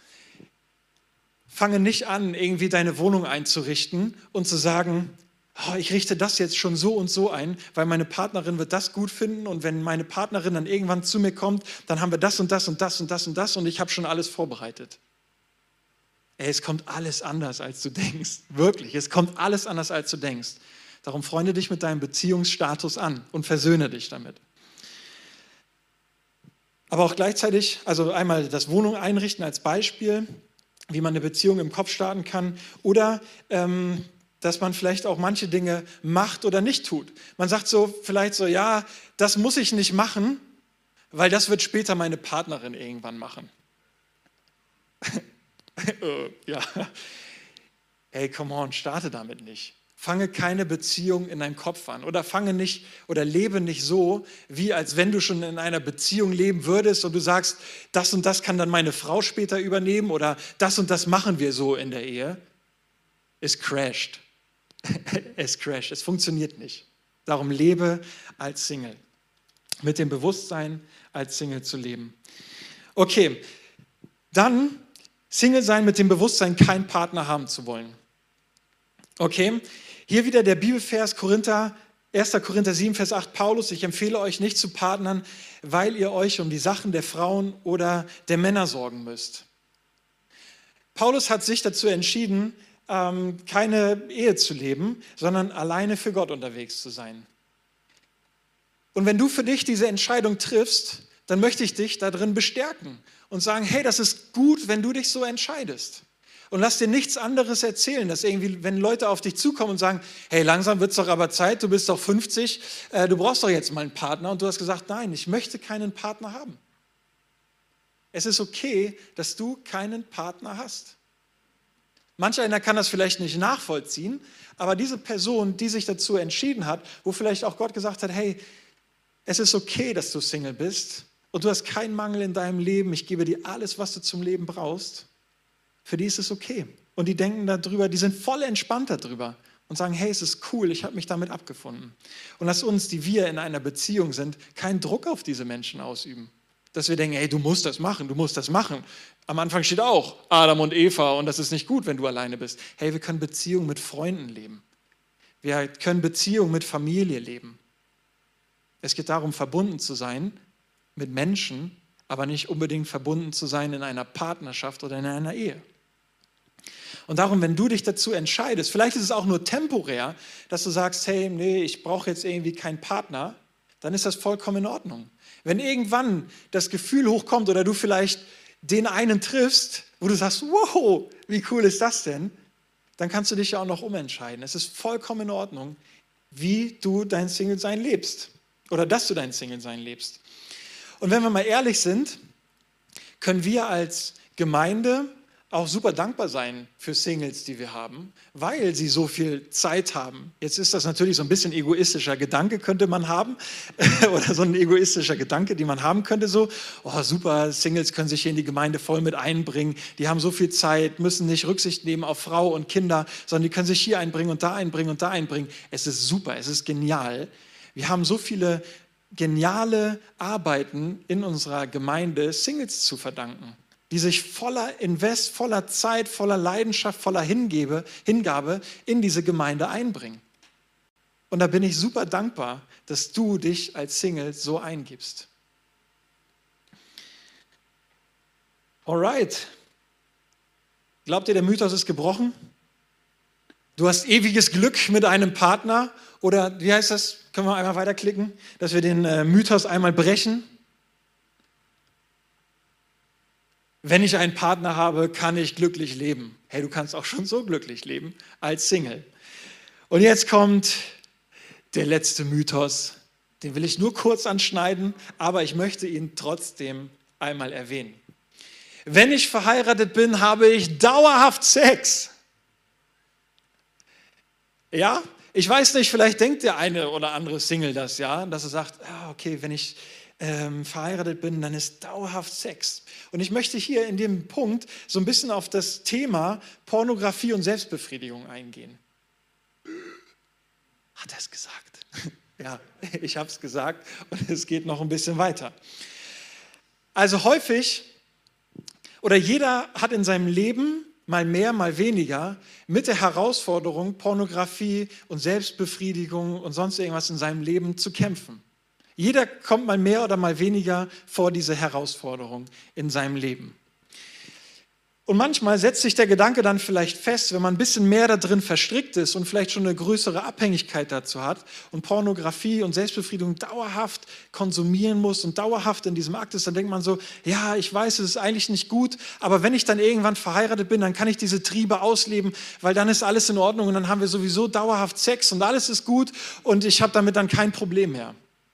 Fange nicht an, irgendwie deine Wohnung einzurichten und zu sagen, oh, ich richte das jetzt schon so und so ein, weil meine Partnerin wird das gut finden und wenn meine Partnerin dann irgendwann zu mir kommt, dann haben wir das und das und das und das und das und ich habe schon alles vorbereitet. Es kommt alles anders, als du denkst. Wirklich, es kommt alles anders, als du denkst. Darum freunde dich mit deinem Beziehungsstatus an und versöhne dich damit. Aber auch gleichzeitig, also einmal das Wohnung einrichten als Beispiel, wie man eine Beziehung im Kopf starten kann oder dass man vielleicht auch manche Dinge macht oder nicht tut. Man sagt so vielleicht so, ja, das muss ich nicht machen, weil das wird später meine Partnerin irgendwann machen. Ja. Hey, come on, starte damit nicht. Fange keine Beziehung in deinem Kopf an oder fange nicht oder lebe nicht so, wie als wenn du schon in einer Beziehung leben würdest und du sagst, das und das kann dann meine Frau später übernehmen oder das und das machen wir so in der Ehe. Es crasht. Es crasht. Es funktioniert nicht. Darum lebe als Single. Mit dem Bewusstsein, als Single zu leben. Okay, dann Single sein mit dem Bewusstsein, keinen Partner haben zu wollen. Okay, hier wieder der Bibelvers 1. Korinther 7, Vers 8, Paulus, ich empfehle euch nicht zu partnern, weil ihr euch um die Sachen der Frauen oder der Männer sorgen müsst. Paulus hat sich dazu entschieden, keine Ehe zu leben, sondern alleine für Gott unterwegs zu sein. Und wenn du für dich diese Entscheidung triffst, dann möchte ich dich darin bestärken und sagen, hey, das ist gut, wenn du dich so entscheidest. Und lass dir nichts anderes erzählen, dass irgendwie, wenn Leute auf dich zukommen und sagen, hey, langsam wird es doch aber Zeit, du bist doch 50, du brauchst doch jetzt mal einen Partner. Und du hast gesagt, nein, ich möchte keinen Partner haben. Es ist okay, dass du keinen Partner hast. Manch einer kann das vielleicht nicht nachvollziehen, aber diese Person, die sich dazu entschieden hat, wo vielleicht auch Gott gesagt hat, hey, es ist okay, dass du Single bist und du hast keinen Mangel in deinem Leben, ich gebe dir alles, was du zum Leben brauchst, für die ist es okay. Und die denken darüber, die sind voll entspannt darüber und sagen, hey, es ist cool, ich habe mich damit abgefunden. Und lass uns, die wir in einer Beziehung sind, keinen Druck auf diese Menschen ausüben. Dass wir denken, hey, du musst das machen, du musst das machen. Am Anfang steht auch Adam und Eva und das ist nicht gut, wenn du alleine bist. Hey, wir können Beziehungen mit Freunden leben. Wir können Beziehungen mit Familie leben. Es geht darum, verbunden zu sein mit Menschen, aber nicht unbedingt verbunden zu sein in einer Partnerschaft oder in einer Ehe. Und darum, wenn du dich dazu entscheidest, vielleicht ist es auch nur temporär, dass du sagst, hey, nee, ich brauche jetzt irgendwie keinen Partner, dann ist das vollkommen in Ordnung. Wenn irgendwann das Gefühl hochkommt oder du vielleicht den einen triffst, wo du sagst, wow, wie cool ist das denn? Dann kannst du dich ja auch noch umentscheiden. Es ist vollkommen in Ordnung, wie du dein Single-Sein lebst oder dass du dein Single-Sein lebst. Und wenn wir mal ehrlich sind, können wir als Gemeinde auch super dankbar sein für Singles, die wir haben, weil sie so viel Zeit haben. Jetzt ist das natürlich so ein bisschen egoistischer Gedanke, könnte man haben, oder so ein egoistischer Gedanke, den man haben könnte, so, oh super, Singles können sich hier in die Gemeinde voll mit einbringen, die haben so viel Zeit, müssen nicht Rücksicht nehmen auf Frau und Kinder, sondern die können sich hier einbringen und da einbringen und da einbringen. Es ist super, es ist genial. Wir haben so viele geniale Arbeiten in unserer Gemeinde Singles zu verdanken, die sich voller Invest, voller Zeit, voller Leidenschaft, voller Hingabe in diese Gemeinde einbringen. Und da bin ich super dankbar, dass du dich als Single so eingibst. Alright. Glaubt ihr, der Mythos ist gebrochen? Du hast ewiges Glück mit einem Partner? Oder wie heißt das? Können wir einmal weiterklicken, dass wir den Mythos einmal brechen? Wenn ich einen Partner habe, kann ich glücklich leben. Hey, du kannst auch schon so glücklich leben als Single. Und jetzt kommt der letzte Mythos. Den will ich nur kurz anschneiden, aber ich möchte ihn trotzdem einmal erwähnen. Wenn ich verheiratet bin, habe ich dauerhaft Sex. Ja, ich weiß nicht, vielleicht denkt der eine oder andere Single das, ja, dass er sagt, okay, wenn ich verheiratet bin, dann ist dauerhaft Sex. Und ich möchte hier in dem Punkt so ein bisschen auf das Thema Pornografie und Selbstbefriedigung eingehen. Hat er es gesagt? Ja, ich habe es gesagt und es geht noch ein bisschen weiter. Also häufig oder jeder hat in seinem Leben mal mehr, mal weniger mit der Herausforderung, Pornografie und Selbstbefriedigung und sonst irgendwas in seinem Leben zu kämpfen. Jeder kommt mal mehr oder mal weniger vor diese Herausforderung in seinem Leben. Und manchmal setzt sich der Gedanke dann vielleicht fest, wenn man ein bisschen mehr da drin verstrickt ist und vielleicht schon eine größere Abhängigkeit dazu hat und Pornografie und Selbstbefriedigung dauerhaft konsumieren muss und dauerhaft in diesem Akt ist, dann denkt man so, ja, ich weiß, es ist eigentlich nicht gut, aber wenn ich dann irgendwann verheiratet bin, dann kann ich diese Triebe ausleben, weil dann ist alles in Ordnung und dann haben wir sowieso dauerhaft Sex und alles ist gut und ich habe damit dann kein Problem mehr.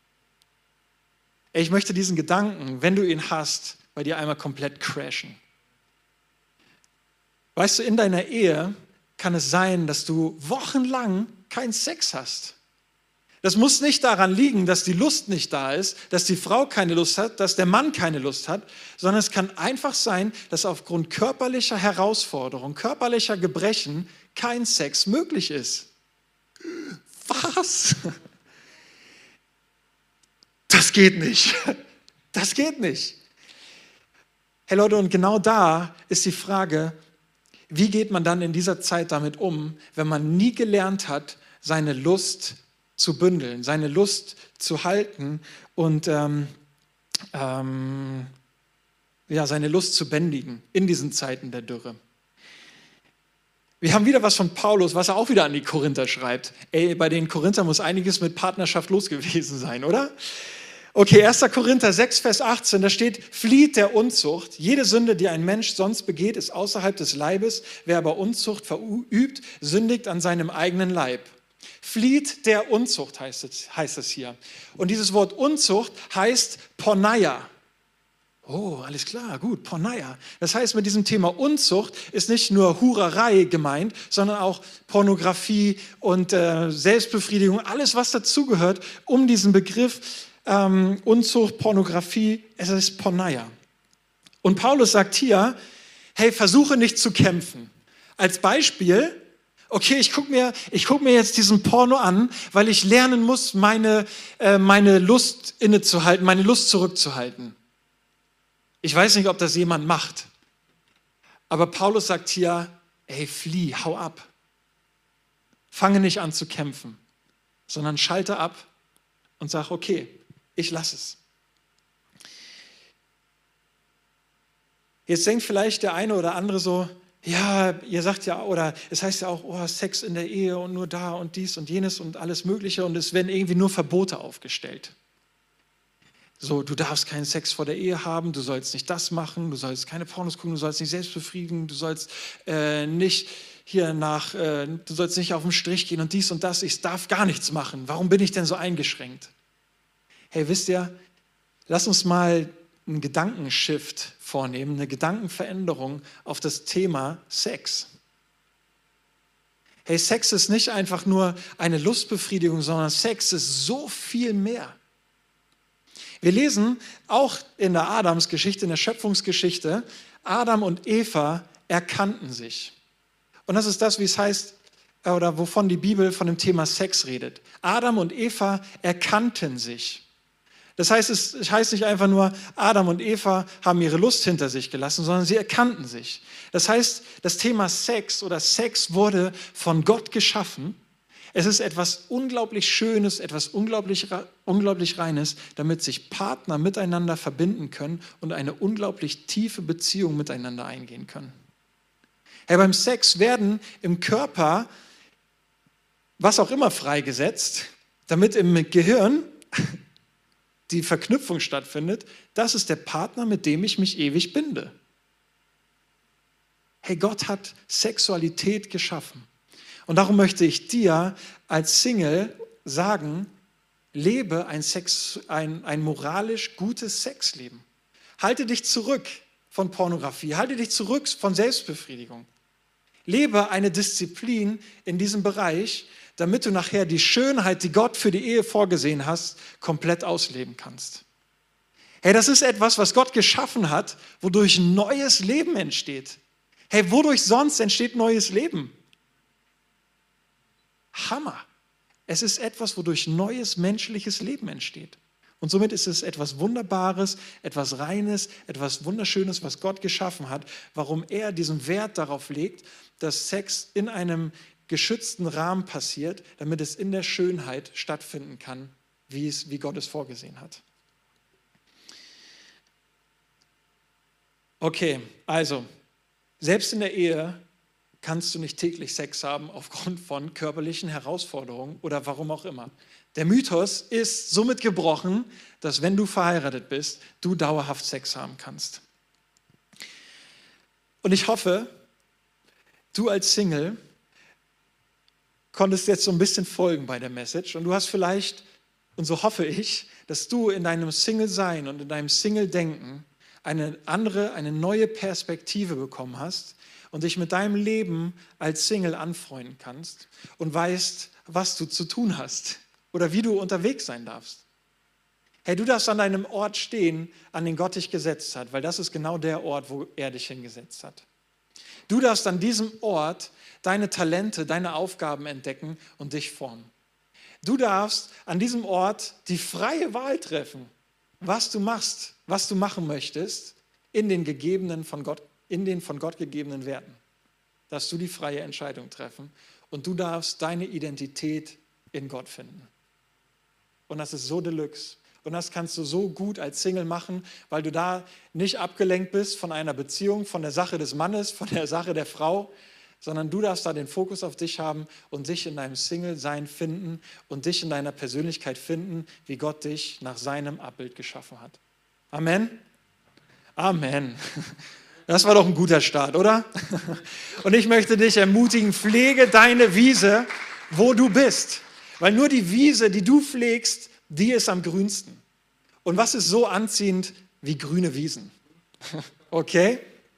Ich möchte diesen Gedanken, wenn du ihn hast, bei dir einmal komplett crashen. Weißt du, in deiner Ehe kann es sein, dass du wochenlang keinen Sex hast. Das muss nicht daran liegen, dass die Lust nicht da ist, dass die Frau keine Lust hat, dass der Mann keine Lust hat, sondern es kann einfach sein, dass aufgrund körperlicher Herausforderungen, körperlicher Gebrechen kein Sex möglich ist. Was? Das geht nicht. Das geht nicht. Hey Leute, und genau da ist die Frage, wie geht man dann in dieser Zeit damit um, wenn man nie gelernt hat, seine Lust zu bündeln, seine Lust zu halten und seine Lust zu bändigen in diesen Zeiten der Dürre. Wir haben wieder was von Paulus, was er auch wieder an die Korinther schreibt. Ey, bei den Korinther muss einiges mit Partnerschaft los gewesen sein, oder? Okay, 1. Korinther 6, Vers 18, da steht, flieht der Unzucht. Jede Sünde, die ein Mensch sonst begeht, ist außerhalb des Leibes. Wer aber Unzucht verübt, sündigt an seinem eigenen Leib. Flieht der Unzucht, heißt es hier. Und dieses Wort Unzucht heißt Porneia. Oh, alles klar, gut, Porneia. Das heißt, mit diesem Thema Unzucht ist nicht nur Hurerei gemeint, sondern auch Pornografie und Selbstbefriedigung, alles, was dazugehört, um diesen Begriff Unzucht, Pornografie, es ist Porneia. Und Paulus sagt hier, hey, versuche nicht zu kämpfen. Als Beispiel, okay, ich guck mir jetzt diesen Porno an, weil ich lernen muss, meine Lust innezuhalten, meine Lust zurückzuhalten. Ich weiß nicht, ob das jemand macht. Aber Paulus sagt hier, hey, flieh, hau ab. Fange nicht an zu kämpfen, sondern schalte ab und sag, okay, ich lasse es. Jetzt denkt vielleicht der eine oder andere so, ja, ihr sagt ja, oder es heißt ja auch, oh, Sex in der Ehe und nur da und dies und jenes und alles Mögliche und es werden irgendwie nur Verbote aufgestellt. So, du darfst keinen Sex vor der Ehe haben, du sollst nicht das machen, du sollst keine Pornos gucken, du sollst nicht selbst befriedigen, du sollst nicht du sollst nicht auf den Strich gehen und dies und das, ich darf gar nichts machen. Warum bin ich denn so eingeschränkt? Hey, wisst ihr, lass uns mal einen Gedankenshift vornehmen, eine Gedankenveränderung auf das Thema Sex. Hey, Sex ist nicht einfach nur eine Lustbefriedigung, sondern Sex ist so viel mehr. Wir lesen auch in der Adamsgeschichte, in der Schöpfungsgeschichte, Adam und Eva erkannten sich. Und das ist das, wie es heißt, oder wovon die Bibel von dem Thema Sex redet. Adam und Eva erkannten sich. Das heißt, es heißt nicht einfach nur, Adam und Eva haben ihre Lust hinter sich gelassen, sondern sie erkannten sich. Das heißt, das Thema Sex oder Sex wurde von Gott geschaffen. Es ist etwas unglaublich Schönes, etwas unglaublich Reines, damit sich Partner miteinander verbinden können und eine unglaublich tiefe Beziehung miteinander eingehen können. Hey, beim Sex werden im Körper was auch immer freigesetzt, damit im Gehirn die Verknüpfung stattfindet. Das ist der Partner, mit dem ich mich ewig binde. Hey, Gott hat Sexualität geschaffen. Und darum möchte ich dir als Single sagen, lebe ein moralisch gutes Sexleben. Halte dich zurück von Pornografie, halte dich zurück von Selbstbefriedigung. Lebe eine Disziplin in diesem Bereich, damit du nachher die Schönheit, die Gott für die Ehe vorgesehen hast, komplett ausleben kannst. Hey, das ist etwas, was Gott geschaffen hat, wodurch neues Leben entsteht. Hey, wodurch sonst entsteht neues Leben? Hammer. Es ist etwas, wodurch neues menschliches Leben entsteht. Und somit ist es etwas Wunderbares, etwas Reines, etwas Wunderschönes, was Gott geschaffen hat, warum er diesen Wert darauf legt, dass Sex in einem geschützten Rahmen passiert, damit es in der Schönheit stattfinden kann, wie Gott es vorgesehen hat. Okay, also, selbst in der Ehe kannst du nicht täglich Sex haben aufgrund von körperlichen Herausforderungen oder warum auch immer. Der Mythos ist somit gebrochen, dass wenn du verheiratet bist, du dauerhaft Sex haben kannst. Und ich hoffe, du als Single konntest jetzt so ein bisschen folgen bei der Message und du hast vielleicht, und so hoffe ich, dass du in deinem Single-Sein und in deinem Single-Denken eine neue Perspektive bekommen hast und dich mit deinem Leben als Single anfreunden kannst und weißt, was du zu tun hast oder wie du unterwegs sein darfst. Hey, du darfst an deinem Ort stehen, an den Gott dich gesetzt hat, weil das ist genau der Ort, wo er dich hingesetzt hat. Du darfst an diesem Ort deine Talente, deine Aufgaben entdecken und dich formen. Du darfst an diesem Ort die freie Wahl treffen, was du machst, was du machen möchtest, in den von Gott gegebenen Werten. Darfst du die freie Entscheidung treffen und du darfst deine Identität in Gott finden. Und das ist so Deluxe. Und das kannst du so gut als Single machen, weil du da nicht abgelenkt bist von einer Beziehung, von der Sache des Mannes, von der Sache der Frau, sondern du darfst da den Fokus auf dich haben und dich in deinem Single-Sein finden und dich in deiner Persönlichkeit finden, wie Gott dich nach seinem Abbild geschaffen hat. Amen? Amen. Das war doch ein guter Start, oder? Und ich möchte dich ermutigen, pflege deine Wiese, wo du bist. Weil nur die Wiese, die du pflegst, die ist am grünsten. Und was ist so anziehend wie grüne Wiesen? Okay?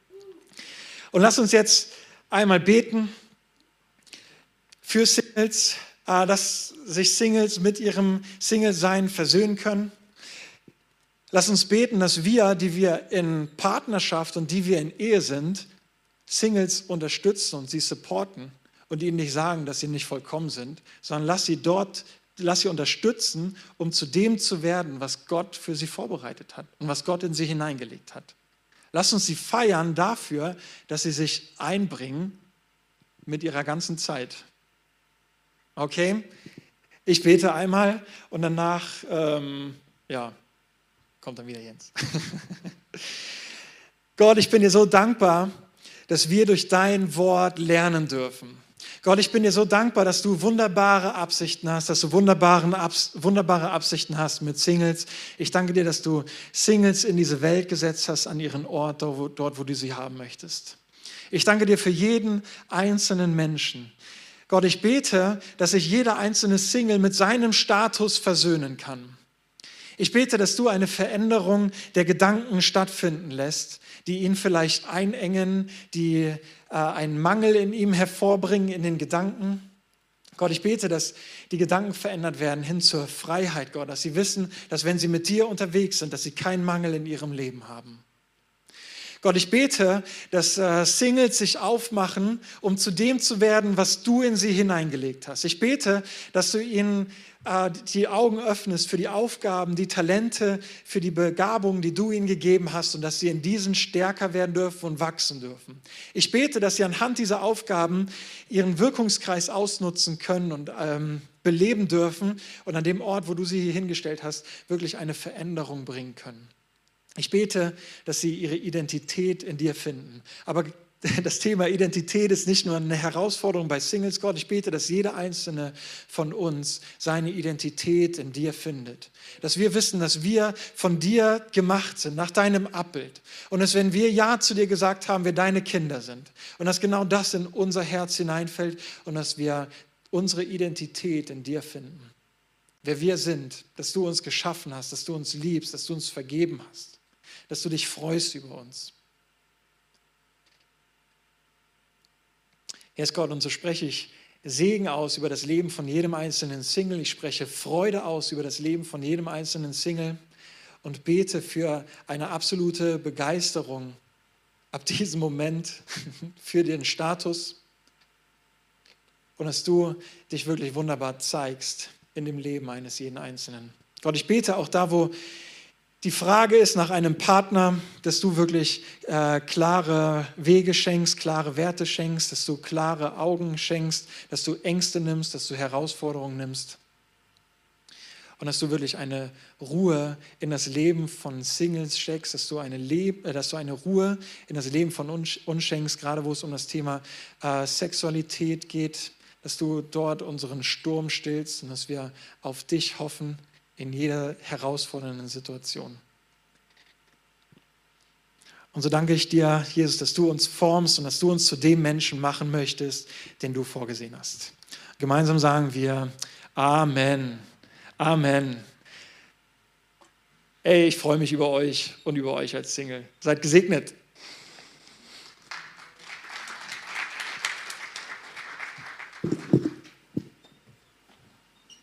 Und lass uns jetzt einmal beten für Singles, dass sich Singles mit ihrem Single-Sein versöhnen können. Lass uns beten, dass wir, die wir in Partnerschaft und die wir in Ehe sind, Singles unterstützen und sie supporten und ihnen nicht sagen, dass sie nicht vollkommen sind, sondern lass sie unterstützen, um zu dem zu werden, was Gott für sie vorbereitet hat und was Gott in sie hineingelegt hat. Lass uns sie feiern dafür, dass sie sich einbringen mit ihrer ganzen Zeit. Okay? Ich bete einmal und danach, kommt dann wieder Jens. Gott, ich bin dir so dankbar, dass wir durch dein Wort lernen dürfen. Gott, ich bin dir so dankbar, dass du wunderbare Absichten hast, dass du wunderbare Absichten hast mit Singles. Ich danke dir, dass du Singles in diese Welt gesetzt hast, an ihren Ort, dort, wo du sie haben möchtest. Ich danke dir für jeden einzelnen Menschen. Gott, ich bete, dass sich jeder einzelne Single mit seinem Status versöhnen kann. Ich bete, dass du eine Veränderung der Gedanken stattfinden lässt, die ihn vielleicht einengen, die einen Mangel in ihm hervorbringen in den Gedanken. Gott, ich bete, dass die Gedanken verändert werden hin zur Freiheit, Gott, dass sie wissen, dass wenn sie mit dir unterwegs sind, dass sie keinen Mangel in ihrem Leben haben. Gott, ich bete, dass Singles sich aufmachen, um zu dem zu werden, was du in sie hineingelegt hast. Ich bete, dass du ihnen die Augen öffnest für die Aufgaben, die Talente, für die Begabungen, die du ihnen gegeben hast und dass sie in diesen stärker werden dürfen und wachsen dürfen. Ich bete, dass sie anhand dieser Aufgaben ihren Wirkungskreis ausnutzen können und beleben dürfen und an dem Ort, wo du sie hier hingestellt hast, wirklich eine Veränderung bringen können. Ich bete, dass sie ihre Identität in dir finden. Aber das Thema Identität ist nicht nur eine Herausforderung bei Singles, Gott. Ich bete, dass jeder einzelne von uns seine Identität in dir findet. Dass wir wissen, dass wir von dir gemacht sind, nach deinem Abbild. Und dass, wenn wir Ja zu dir gesagt haben, wir deine Kinder sind. Und dass genau das in unser Herz hineinfällt und dass wir unsere Identität in dir finden. Wer wir sind, dass du uns geschaffen hast, dass du uns liebst, dass du uns vergeben hast, dass du dich freust über uns. Jetzt Gott, und so spreche ich Segen aus über das Leben von jedem einzelnen Single. Ich spreche Freude aus über das Leben von jedem einzelnen Single und bete für eine absolute Begeisterung ab diesem Moment für den Status und dass du dich wirklich wunderbar zeigst in dem Leben eines jeden Einzelnen. Gott, ich bete auch da, wo die Frage ist nach einem Partner, dass du wirklich klare Wege schenkst, klare Werte schenkst, dass du klare Augen schenkst, dass du Ängste nimmst, dass du Herausforderungen nimmst und dass du wirklich eine Ruhe in das Leben von Singles schenkst, dass du eine Ruhe in das Leben von uns schenkst, gerade wo es um das Thema Sexualität geht, dass du dort unseren Sturm stillst und dass wir auf dich hoffen in jeder herausfordernden Situation. Und so danke ich dir, Jesus, dass du uns formst und dass du uns zu dem Menschen machen möchtest, den du vorgesehen hast. Gemeinsam sagen wir Amen. Amen. Ey, ich freue mich über euch und über euch als Single. Seid gesegnet.